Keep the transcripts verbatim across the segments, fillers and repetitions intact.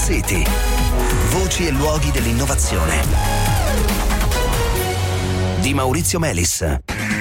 City. Voci e luoghi dell'innovazione. Di Maurizio Melis.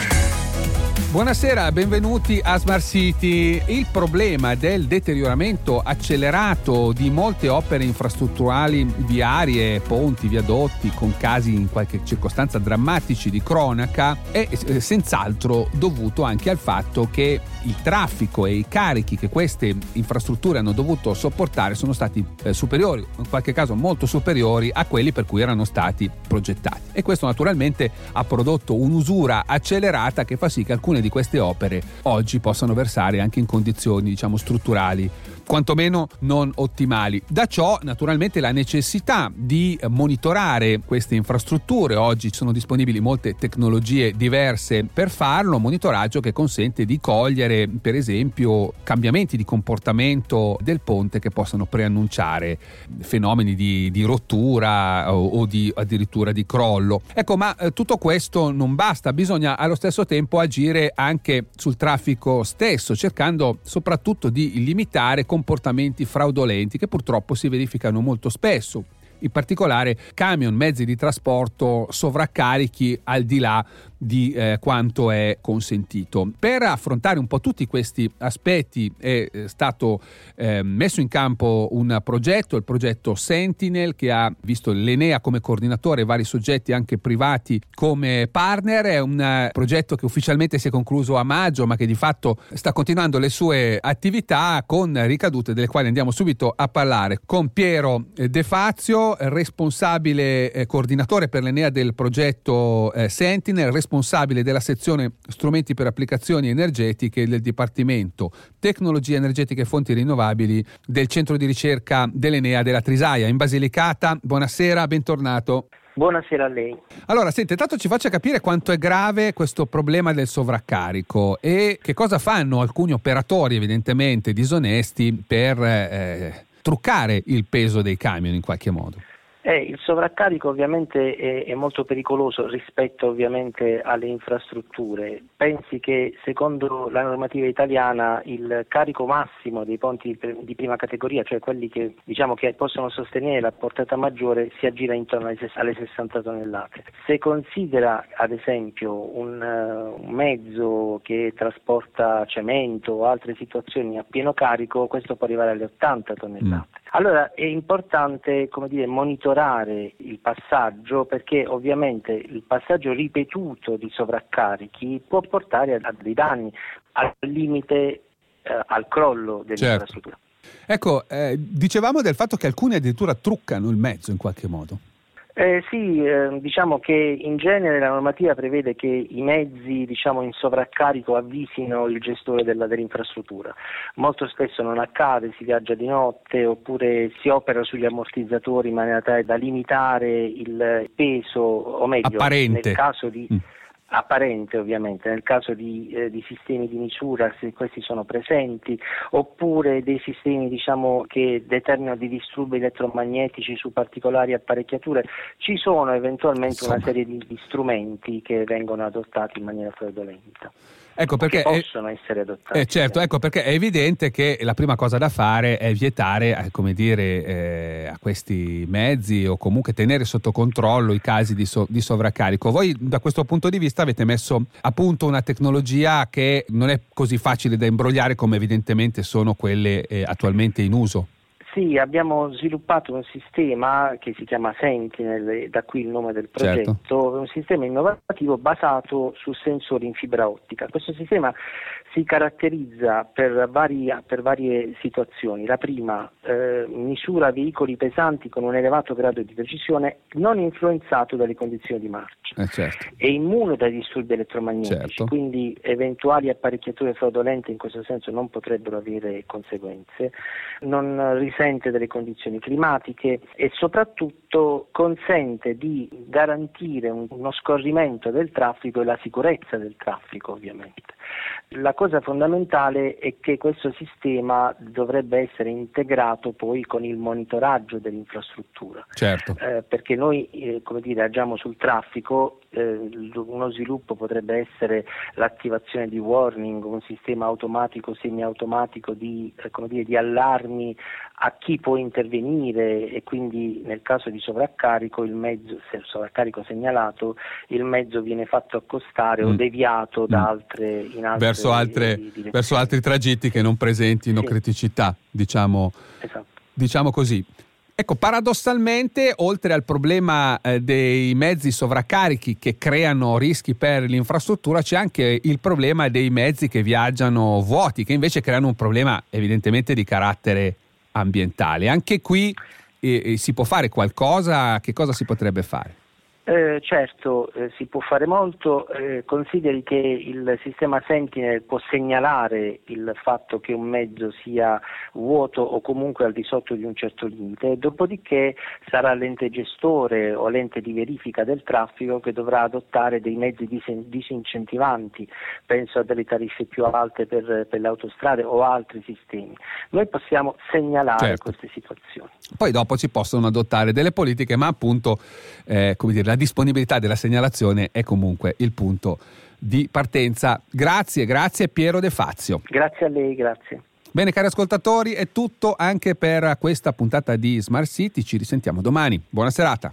Buonasera, benvenuti a Smart City. Il problema del deterioramento accelerato di molte opere infrastrutturali viarie, ponti, viadotti, con casi in qualche circostanza drammatici di cronaca, è senz'altro dovuto anche al fatto che il traffico e i carichi che queste infrastrutture hanno dovuto sopportare sono stati eh, superiori, in qualche caso molto superiori a quelli per cui erano stati progettati. E questo naturalmente ha prodotto un'usura accelerata che fa sì che alcune di queste opere oggi possano versare anche in condizioni, diciamo, strutturali quantomeno non ottimali. Da ciò naturalmente la necessità di monitorare queste infrastrutture. Oggi sono disponibili molte tecnologie diverse per farlo, monitoraggio che consente di cogliere per esempio cambiamenti di comportamento del ponte che possano preannunciare fenomeni di, di rottura o, o di addirittura di crollo. Ecco, ma eh, tutto questo non basta, bisogna allo stesso tempo agire anche sul traffico stesso, cercando soprattutto di limitare comportamenti fraudolenti che purtroppo si verificano molto spesso, in particolare camion, mezzi di trasporto sovraccarichi al di là di eh, quanto è consentito. Per affrontare un po' tutti questi aspetti è stato eh, messo in campo un progetto, il progetto Sentinel, che ha visto l'Enea come coordinatore e vari soggetti anche privati come partner. È un progetto che ufficialmente si è concluso a maggio, ma che di fatto sta continuando le sue attività, con ricadute delle quali andiamo subito a parlare con Piero De Fazio, responsabile eh, coordinatore per l'Enea del progetto eh, Sentinel, responsabile della sezione strumenti per applicazioni energetiche del Dipartimento Tecnologie Energetiche e Fonti Rinnovabili del centro di ricerca dell'Enea della Trisaia in Basilicata. Buonasera, bentornato. Buonasera a lei. Allora, senti, intanto ci faccia capire quanto è grave questo problema del sovraccarico e che cosa fanno alcuni operatori evidentemente disonesti per eh, truccare il peso dei camion in qualche modo. Eh, il sovraccarico ovviamente è, è molto pericoloso rispetto ovviamente alle infrastrutture. Pensi che secondo la normativa italiana il carico massimo dei ponti di prima categoria, cioè quelli che diciamo che possono sostenere la portata maggiore, si aggira intorno alle sessanta tonnellate. Se considera ad esempio un, uh, un mezzo che trasporta cemento o altre situazioni a pieno carico, questo può arrivare alle ottanta tonnellate. Mm. Allora è importante, come dire, monitorare il passaggio, perché ovviamente il passaggio ripetuto di sovraccarichi può portare a dei danni, al limite eh, al crollo dell'infrastruttura. Certo. Ecco, eh, dicevamo del fatto che alcuni addirittura truccano il mezzo in qualche modo. Eh, sì, eh, diciamo che in genere la normativa prevede che i mezzi, diciamo, in sovraccarico avvisino il gestore della, dell'infrastruttura. Molto spesso non accade, si viaggia di notte oppure si opera sugli ammortizzatori in maniera tale da limitare il peso, o meglio, apparente. Nel caso di... Mm. apparente ovviamente, nel caso di, eh, di sistemi di misura, se questi sono presenti, oppure dei sistemi diciamo che determinano dei disturbi elettromagnetici su particolari apparecchiature, ci sono eventualmente Insomma. una serie di, di strumenti che vengono adottati in maniera fraudolenta. Ecco perché possono è, essere adottati. Eh certo, ecco perché è evidente che la prima cosa da fare è vietare, eh, come dire, eh, a questi mezzi o comunque tenere sotto controllo i casi di, so, di sovraccarico. Voi da questo punto di vista avete messo a punto una tecnologia che non è così facile da imbrogliare come evidentemente sono quelle eh, attualmente in uso. Sì, abbiamo sviluppato un sistema che si chiama Sentinel, da qui il nome del progetto, certo. Un sistema innovativo basato su sensori in fibra ottica. Questo sistema si caratterizza per, vari, per varie situazioni. La prima, eh, misura veicoli pesanti con un elevato grado di precisione, non influenzato dalle condizioni di marcia. Eh certo. È immune dai disturbi elettromagnetici, certo. Quindi eventuali apparecchiature fraudolente in questo senso non potrebbero avere conseguenze. Non risente delle condizioni climatiche e soprattutto consente di garantire un, uno scorrimento del traffico e la sicurezza del traffico, ovviamente. La cosa fondamentale è che questo sistema dovrebbe essere integrato poi con il monitoraggio dell'infrastruttura, certo. eh, perché noi eh, come dire, agiamo sul traffico eh, uno sviluppo potrebbe essere l'attivazione di warning, un sistema automatico, semiautomatico di, eh, come dire, di allarmi a chi può intervenire, e quindi nel caso di sovraccarico il mezzo, se il sovraccarico segnalato, il mezzo viene fatto accostare mm. o deviato da altre, in altre verso, altre, verso altri tragitti che non presentino sì. criticità, diciamo, esatto. diciamo così. Ecco, paradossalmente, oltre al problema eh, dei mezzi sovraccarichi che creano rischi per l'infrastruttura, c'è anche il problema dei mezzi che viaggiano vuoti, che invece creano un problema evidentemente di carattere ambientale. Anche qui eh, si può fare qualcosa? Che cosa si potrebbe fare? Eh, certo, eh, si può fare molto. Eh, consideri che il sistema Sentinel può segnalare il fatto che un mezzo sia vuoto o comunque al di sotto di un certo limite, dopodiché sarà l'ente gestore o l'ente di verifica del traffico che dovrà adottare dei mezzi dis- disincentivanti, penso a delle tariffe più alte per, per le autostrade o altri sistemi. Noi possiamo segnalare certo. queste situazioni. Poi dopo si possono adottare delle politiche, ma appunto eh, come dire, la disponibilità della segnalazione è comunque il punto di partenza. Grazie, grazie Piero De Fazio. Grazie a lei, grazie. Bene cari ascoltatori, è tutto anche per questa puntata di Smart City, ci risentiamo domani. Buona serata.